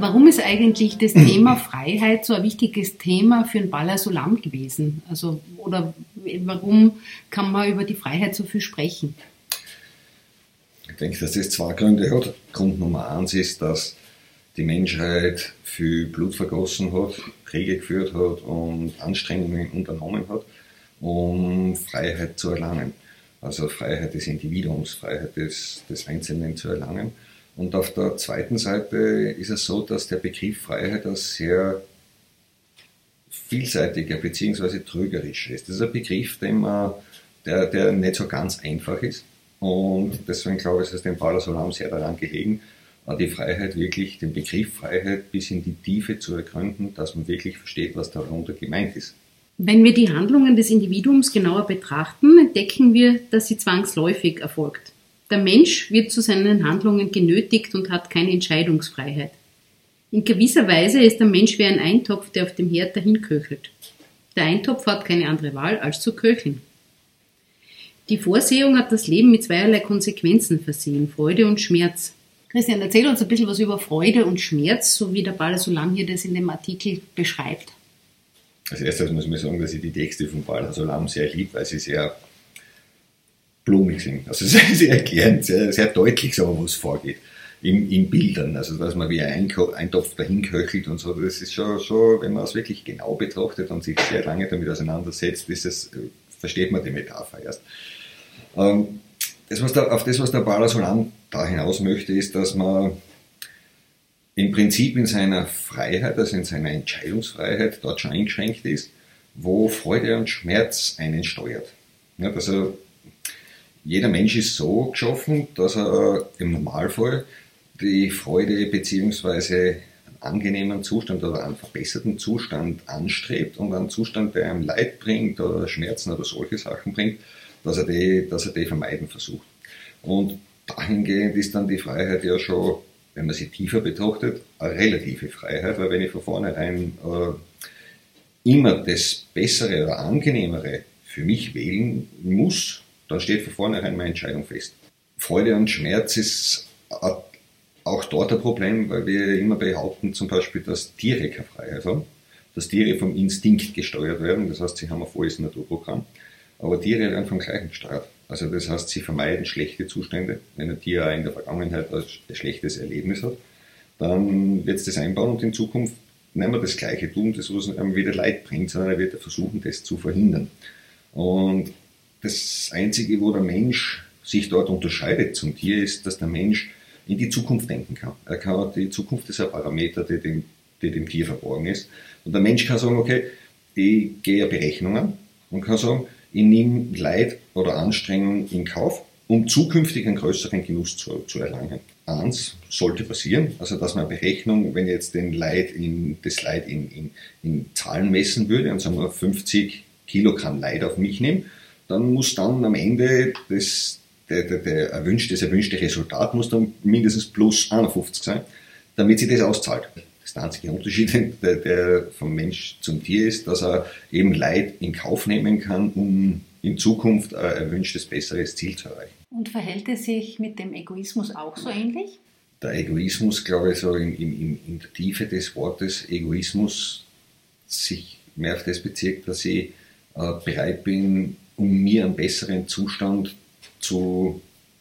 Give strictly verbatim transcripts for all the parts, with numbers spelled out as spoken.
Warum ist eigentlich das Thema Freiheit so ein wichtiges Thema für den Bala Sulam gewesen? Also, oder warum kann man über die Freiheit so viel sprechen? Ich denke, dass das zwei Gründe hat. Grund Nummer eins ist, dass die Menschheit viel Blut vergossen hat, Kriege geführt hat und Anstrengungen unternommen hat, um Freiheit zu erlangen. Also Freiheit des Individuums, Freiheit des, des Einzelnen zu erlangen. Und auf der zweiten Seite ist es so, dass der Begriff Freiheit ein sehr vielseitiger bzw. trügerisch ist. Das ist ein Begriff, den man, der, der nicht so ganz einfach ist. Und deswegen glaube ich, ist es dem Bala Sulam sehr daran gelegen, die Freiheit wirklich, den Begriff Freiheit bis in die Tiefe zu ergründen, dass man wirklich versteht, was darunter gemeint ist. Wenn wir die Handlungen des Individuums genauer betrachten, entdecken wir, dass sie zwangsläufig erfolgt. Der Mensch wird zu seinen Handlungen genötigt und hat keine Entscheidungsfreiheit. In gewisser Weise ist der Mensch wie ein Eintopf, der auf dem Herd dahin köchelt. Der Eintopf hat keine andere Wahl, als zu köcheln. Die Vorsehung hat das Leben mit zweierlei Konsequenzen versehen, Freude und Schmerz. Christian, erzähl uns ein bisschen was über Freude und Schmerz, so wie der Bala Sulam hier das in dem Artikel beschreibt. Als erstes muss man sagen, dass ich die Texte von Bala Sulam sehr lieb, weil sie sehr blumig sind. Also sehr, sehr erklärend, sehr, sehr deutlich sagen, was vorgeht. In, in Bildern, also dass man wie ein Eintopf dahin köchelt und so, das ist schon, schon, wenn man es wirklich genau betrachtet und sich sehr lange damit auseinandersetzt, ist es, versteht man die Metapher erst. Ähm, das, was da, auf das, was der Bala Sulam da hinaus möchte, ist, dass man im Prinzip in seiner Freiheit, also in seiner Entscheidungsfreiheit dort schon eingeschränkt ist, wo Freude und Schmerz einen steuert. Ja, also jeder Mensch ist so geschaffen, dass er im Normalfall die Freude bzw. einen angenehmen Zustand oder einen verbesserten Zustand anstrebt und einen Zustand, der einem Leid bringt oder Schmerzen oder solche Sachen bringt, dass er die, dass er die vermeiden versucht. Und dahingehend ist dann die Freiheit ja schon, wenn man sie tiefer betrachtet, eine relative Freiheit, weil wenn ich von vornherein äh, immer das Bessere oder Angenehmere für mich wählen muss, dann steht von vornherein meine Entscheidung fest. Freude und Schmerz ist auch dort ein Problem, weil wir immer behaupten zum Beispiel, dass Tiere keine Freiheit haben, dass Tiere vom Instinkt gesteuert werden, das heißt, sie haben ein volles Naturprogramm, aber Tiere werden vom Gleichen gesteuert. Also das heißt, sie vermeiden schlechte Zustände. Wenn ein Tier in der Vergangenheit ein schlechtes Erlebnis hat, dann wird es das einbauen und in Zukunft nicht mehr das Gleiche tun, das was einem wieder Leid bringt, sondern er wird versuchen, das zu verhindern. Und das Einzige, wo der Mensch sich dort unterscheidet zum Tier, ist, dass der Mensch in die Zukunft denken kann. Er kann, die Zukunft ist ein Parameter, der dem, der dem Tier verborgen ist. Und der Mensch kann sagen, okay, ich gehe Berechnungen und kann sagen, ich nehme Leid oder Anstrengung in Kauf, um zukünftig einen größeren Genuss zu, zu erlangen. Eins sollte passieren, also dass man eine Berechnung, wenn ich jetzt den Leid in, das Leid in, in, in Zahlen messen würde und sagen wir fünfzig Kilogramm Leid auf mich nehme, dann muss dann am Ende das, der, der, der erwünschte, das erwünschte Resultat muss dann mindestens plus einundfünfzig sein, damit sich das auszahlt. Das ist der einzige Unterschied, der, der vom Mensch zum Tier ist, dass er eben Leid in Kauf nehmen kann, um in Zukunft ein erwünschtes, besseres Ziel zu erreichen. Und verhält es sich mit dem Egoismus auch so ähnlich? Der Egoismus, glaube ich, so in, in, in der Tiefe des Wortes Egoismus sich mehr auf das bezieht, dass ich äh, bereit bin, um mir einen besseren Zustand zu,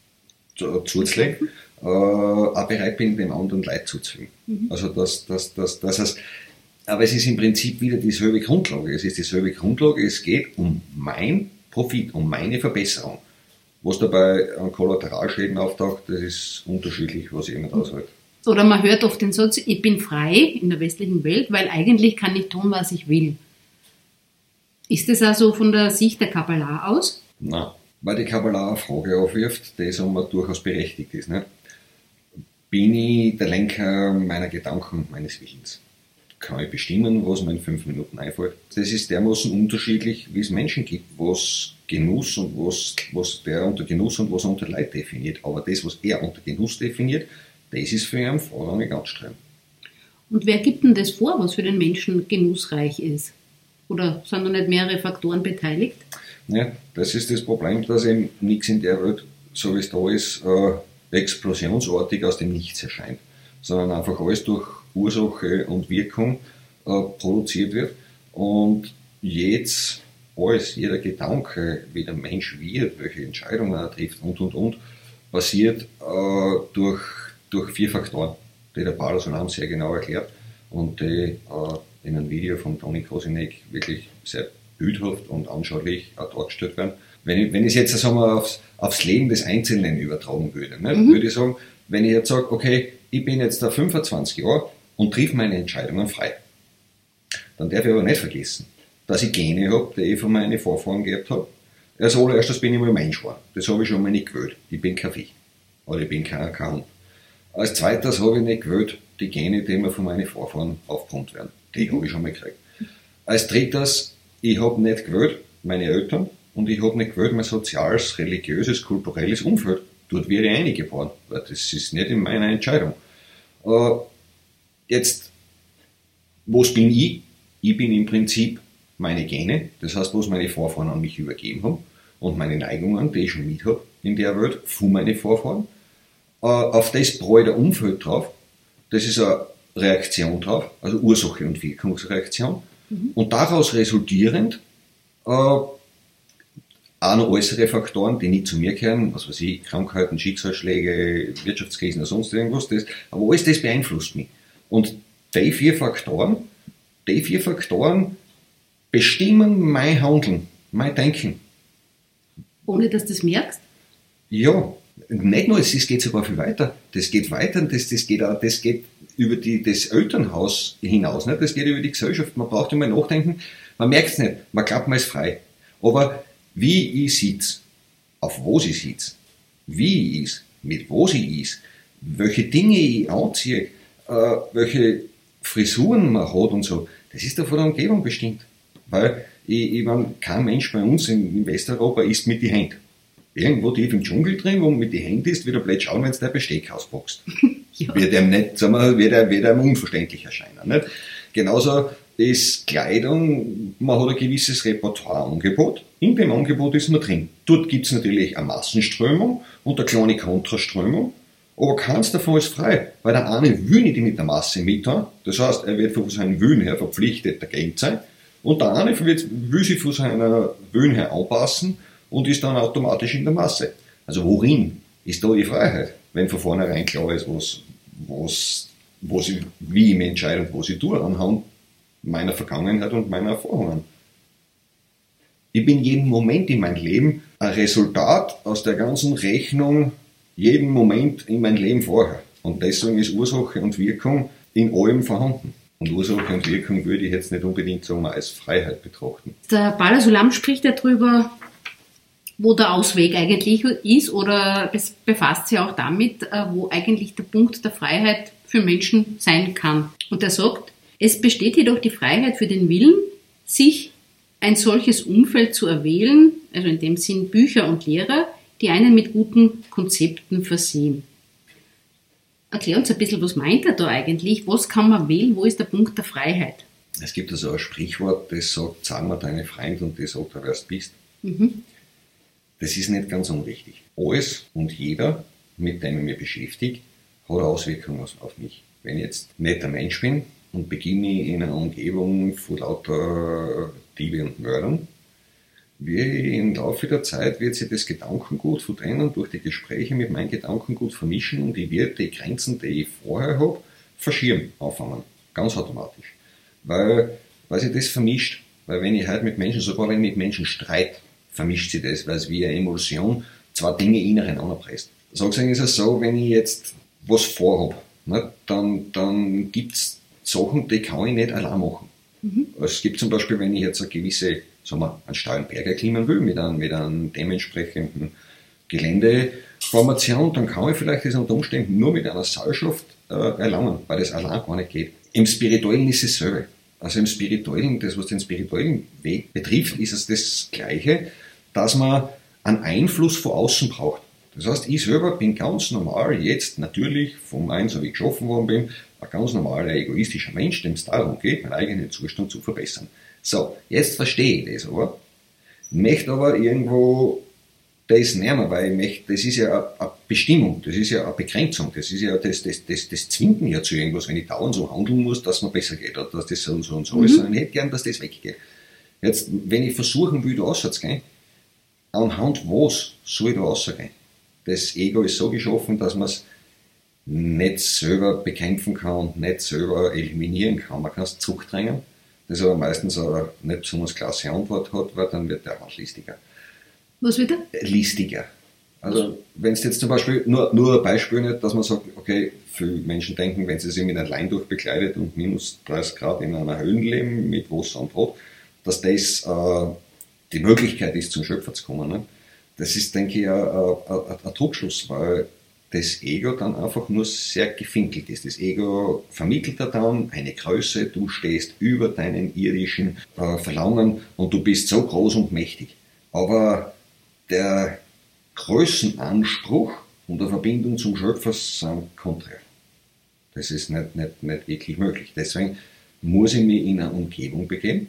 zu, zuzulegen, äh, auch bereit bin, dem anderen Leid zuzufügen. Mhm. Also das, das, das, das heißt, aber es ist im Prinzip wieder dieselbe Grundlage. Es ist dieselbe Grundlage, es geht um mein Profit, um meine Verbesserung. Was dabei an Kollateralschäden auftaucht, das ist unterschiedlich, was jemand aushält. Oder man hört oft den Satz, ich bin frei in der westlichen Welt, weil eigentlich kann ich tun, was ich will. Ist das also von der Sicht der Kabbalah aus? Nein, weil die Kabbalah eine Frage aufwirft, die sagen wir, durchaus berechtigt ist. Nicht? Bin ich der Lenker meiner Gedanken, meines Willens? Kann ich bestimmen, was mir in fünf Minuten einfällt? Das ist dermaßen unterschiedlich, wie es Menschen gibt, was Genuss und was, was der unter Genuss und was er unter Leid definiert. Aber das, was er unter Genuss definiert, das ist für ihn vorrangig anstrengend. Und wer gibt denn das vor, was für den Menschen genussreich ist? Oder sind da nicht mehrere Faktoren beteiligt? Ja, das ist das Problem, dass eben nichts in der Welt, so wie es da ist, äh, explosionsartig aus dem Nichts erscheint. Sondern einfach alles durch Ursache und Wirkung äh, produziert wird. Und jetzt alles, jeder Gedanke, wie der Mensch wird, welche Entscheidungen er trifft und, und, und, passiert äh, durch, durch vier Faktoren, die der Paulo Solam sehr genau erklärt und die äh, in einem Video von Toni Kosinek wirklich sehr bildhaft und anschaulich auch dargestellt werden. Wenn ich, wenn ich es jetzt sagen wir, aufs, aufs Leben des Einzelnen übertragen würde, ne, mhm. würde ich sagen, wenn ich jetzt sage, okay, ich bin jetzt da fünfundzwanzig Jahre und triff meine Entscheidungen frei, dann darf ich aber nicht vergessen, dass ich Gene habe, die ich von meinen Vorfahren gehabt habe. Als allererstes bin ich mal Mensch geworden. Das habe ich schon mal nicht gewählt. Ich bin kein Vieh. Oder ich bin kein, kein Hund. Als zweites habe ich nicht gewählt, die Gene, die mir von meinen Vorfahren aufgepumpt werden. Die habe ich schon mal gekriegt. Als drittes, ich habe nicht gewählt meine Eltern und ich habe nicht gewählt mein soziales, religiöses, kulturelles Umfeld. Dort wäre ich eingeboren, weil das ist nicht in meiner Entscheidung. Äh, jetzt, was bin ich? Ich bin im Prinzip meine Gene, das heißt, was meine Vorfahren an mich übergeben haben und meine Neigungen, die ich schon mit habe in der Welt, von meinen Vorfahren. Äh, auf das brauche ich der Umfeld drauf. Das ist eine Reaktion drauf, also Ursache- und Wirkungsreaktion. Mhm. Und daraus resultierend äh, auch noch äußere Faktoren, die nicht zu mir gehören, was weiß ich, Krankheiten, Schicksalsschläge, Wirtschaftskrisen oder sonst irgendwas, das, aber alles das beeinflusst mich. Und die vier Faktoren, die vier Faktoren bestimmen mein Handeln, mein Denken. Ohne dass du das merkst? Ja, nicht nur, es geht sogar viel weiter. Das geht weiter, das, das, geht, auch, das geht über die, das Elternhaus hinaus, nicht? Das geht über die Gesellschaft. Man braucht immer nachdenken, man merkt es nicht, man glaubt, man ist frei. Aber wie ich sitze, auf was ich sitze, wie ich is, mit was ich is, welche Dinge ich anziehe, äh, welche Frisuren man hat und so, das ist doch von der Umgebung bestimmt. Weil ich, ich meine, kein Mensch bei uns in, in Westeuropa isst mit die Händen. Irgendwo tief im Dschungel drin, wo man mit die Händen isst, wird er blöd schauen, wenn es der Besteck ausboxt. Ja. Wird ihm nicht, sagen wir, wird er, wird er ihm unverständlich erscheinen. Nicht? Genauso ist Kleidung, man hat ein gewisses Repertoireangebot. In dem Angebot ist man drin. Dort gibt es natürlich eine Massenströmung und eine kleine Kontraströmung. Aber keins davon ist frei, weil der eine will nicht mit der Masse mithaben. Das heißt, er wird von seinem Willen her verpflichtet, dagegen sein. Und der eine will sich von seiner Willen her anpassen und ist dann automatisch in der Masse. Also worin ist da die Freiheit, wenn von vornherein klar ist, was, was, was ich, wie ich mich entscheide und was ich tue, anhand meiner Vergangenheit und meiner Erfahrungen. Ich bin jeden Moment in meinem Leben ein Resultat aus der ganzen Rechnung, jeden Moment in meinem Leben vorher. Und deswegen ist Ursache und Wirkung in allem vorhanden. Und Ursache und Wirkung würde ich jetzt nicht unbedingt so mal als Freiheit betrachten. Der Paulo Solam spricht ja darüber, wo der Ausweg eigentlich ist, oder befasst sich auch damit, wo eigentlich der Punkt der Freiheit für Menschen sein kann. Und er sagt, es besteht jedoch die Freiheit für den Willen, sich ein solches Umfeld zu erwählen, also in dem Sinn Bücher und Lehrer, die einen mit guten Konzepten versehen. Erklär uns ein bisschen, was meint er da eigentlich? Was kann man wählen? Wo ist der Punkt der Freiheit? Es gibt also ein Sprichwort, das sagt, sag mir deine Freund und die sagt, wer du bist. Mhm. Das ist nicht ganz unrichtig. Alles und jeder, mit dem ich mich beschäftige, hat Auswirkungen auf mich. Wenn ich jetzt nicht ein Mensch bin und beginne in einer Umgebung von lauter Diebe und Mördern, wie im Laufe der Zeit wird sich das Gedankengut von denen durch die Gespräche mit meinem Gedankengut vermischen und ich werde die Grenzen, die ich vorher habe, verschieben, anfangen. Ganz automatisch. Weil, weil sich das vermischt. Weil wenn ich heute mit Menschen, sogar wenn ich mit Menschen streite, vermischt sich das, weil es wie eine Emulsion zwei Dinge ineinander presst. Sozusagen ist es so, wenn ich jetzt was vorhabe, ne, dann, dann gibt es Sachen, die kann ich nicht allein machen. Mhm. Es gibt zum Beispiel, wenn ich jetzt eine gewisse, sagen wir, einen steilen Berg erklimmen will, mit einem, mit einem dementsprechenden Geländeformation, dann kann ich vielleicht das unter Umständen nur mit einer Seilschaft äh, erlangen, weil das allein gar nicht geht. Im Spirituellen ist es selber. Also im Spirituellen, das was den spirituellen Weg betrifft, ist es das Gleiche, dass man einen Einfluss von außen braucht. Das heißt, ich selber bin ganz normal jetzt natürlich vom einen, so wie ich geschaffen worden bin, ein ganz normaler egoistischer Mensch, dem es darum geht, meinen eigenen Zustand zu verbessern. So, jetzt verstehe ich das aber, möchte aber irgendwo das nehmen wir, weil ich möchte, das ist ja eine Bestimmung, das ist ja eine Begrenzung, das ist ja, das, das, das, das zwingt mich ja zu irgendwas, wenn ich dauernd so handeln muss, dass es mir besser geht, oder dass das so und so und so ist, sondern ich hätte gern, dass das weggeht. Jetzt, wenn ich versuchen will, da rauszugehen, anhand was soll ich da rausgehen? Das Ego ist so geschaffen, dass man es nicht selber bekämpfen kann, nicht selber eliminieren kann. Man kann es zurückdrängen, das aber meistens eine nicht besonders klasse Antwort hat, weil dann wird der Hand listiger. Was wieder? Listiger. Also, wenn es jetzt zum Beispiel, nur, nur ein Beispiel nicht, dass man sagt, okay, viele Menschen denken, wenn sie sich mit einem Leintuch bekleidet und minus dreißig Grad in einer Höhle leben, mit Wasser und Brot, dass das äh, die Möglichkeit ist, zum Schöpfer zu kommen. Ne? Das ist, denke ich, ein, ein, ein Trugschluss, weil das Ego dann einfach nur sehr gefinkelt ist. Das Ego vermittelt dir dann eine Größe, du stehst über deinen irdischen äh, Verlangen und du bist so groß und mächtig. Aber der Größenanspruch und der Verbindung zum Schöpfer sind konträr. Das ist nicht, nicht, nicht wirklich möglich. Deswegen muss ich mich in eine Umgebung begeben,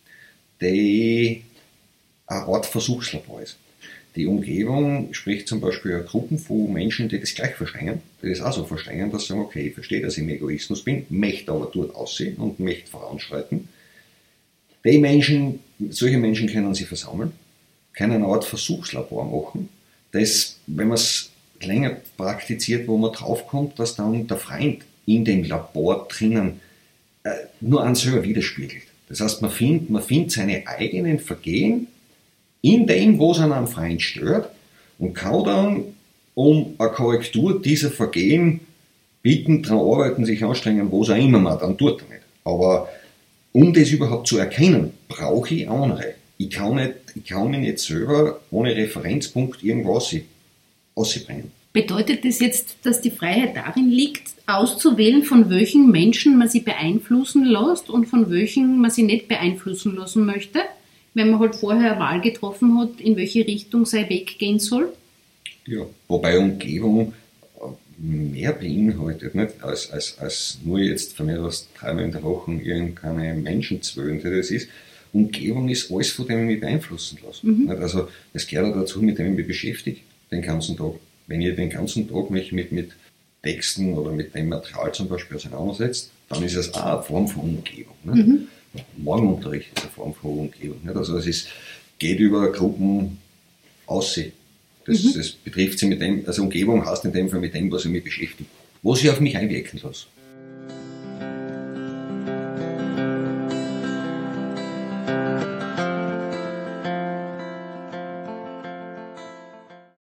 die eine Art Versuchslabor ist. Die Umgebung spricht zum Beispiel eine Gruppen von Menschen, die das gleich verstehen, die das auch so verstehen, dass sie sagen, okay, ich verstehe, dass ich im Egoismus bin, möchte aber dort aussehen und möchte voranschreiten. Die Menschen, solche Menschen können sich versammeln, können eine Art Versuchslabor machen, das, wenn man es länger praktiziert, wo man draufkommt, dass dann der Freund in dem Labor drinnen äh, nur einen selber widerspiegelt. Das heißt, man findet, man findet seine eigenen Vergehen in dem, was einen am Freund stört und kann dann um eine Korrektur dieser Vergehen bitten, daran arbeiten, sich anstrengen, was auch immer man dann tut damit. Aber um das überhaupt zu erkennen, brauche ich andere. Ich kann, nicht, ich kann mich nicht selber ohne Referenzpunkt irgendwas ausbrennen. Bedeutet das jetzt, dass die Freiheit darin liegt, auszuwählen, von welchen Menschen man sich beeinflussen lässt und von welchen man sich nicht beeinflussen lassen möchte, wenn man halt vorher eine Wahl getroffen hat, in welche Richtung sein Weg gehen soll? Ja, wobei Umgebung mehr beinhaltet, nicht? Als, als, als nur jetzt von mir aus dreimal in der Woche irgendeine Menschen zu wählen, die das ist. Umgebung ist alles, von dem ich mich beeinflussen lasse. Mhm. Also es gehört auch dazu, mit dem ich mich beschäftige, den ganzen Tag. Wenn ihr den ganzen Tag mich mit, mit Texten oder mit dem Material zum Beispiel auseinandersetzt, dann ist es auch eine Form von Umgebung. Mhm. Morgenunterricht ist eine Form von Umgebung. Nicht? Also es ist, geht über Gruppen aussehen. Das, mhm. das betrifft sie mit dem, also Umgebung heißt in dem Fall mit dem, was ich mich beschäftige. Was ich auf mich einwirken lasse.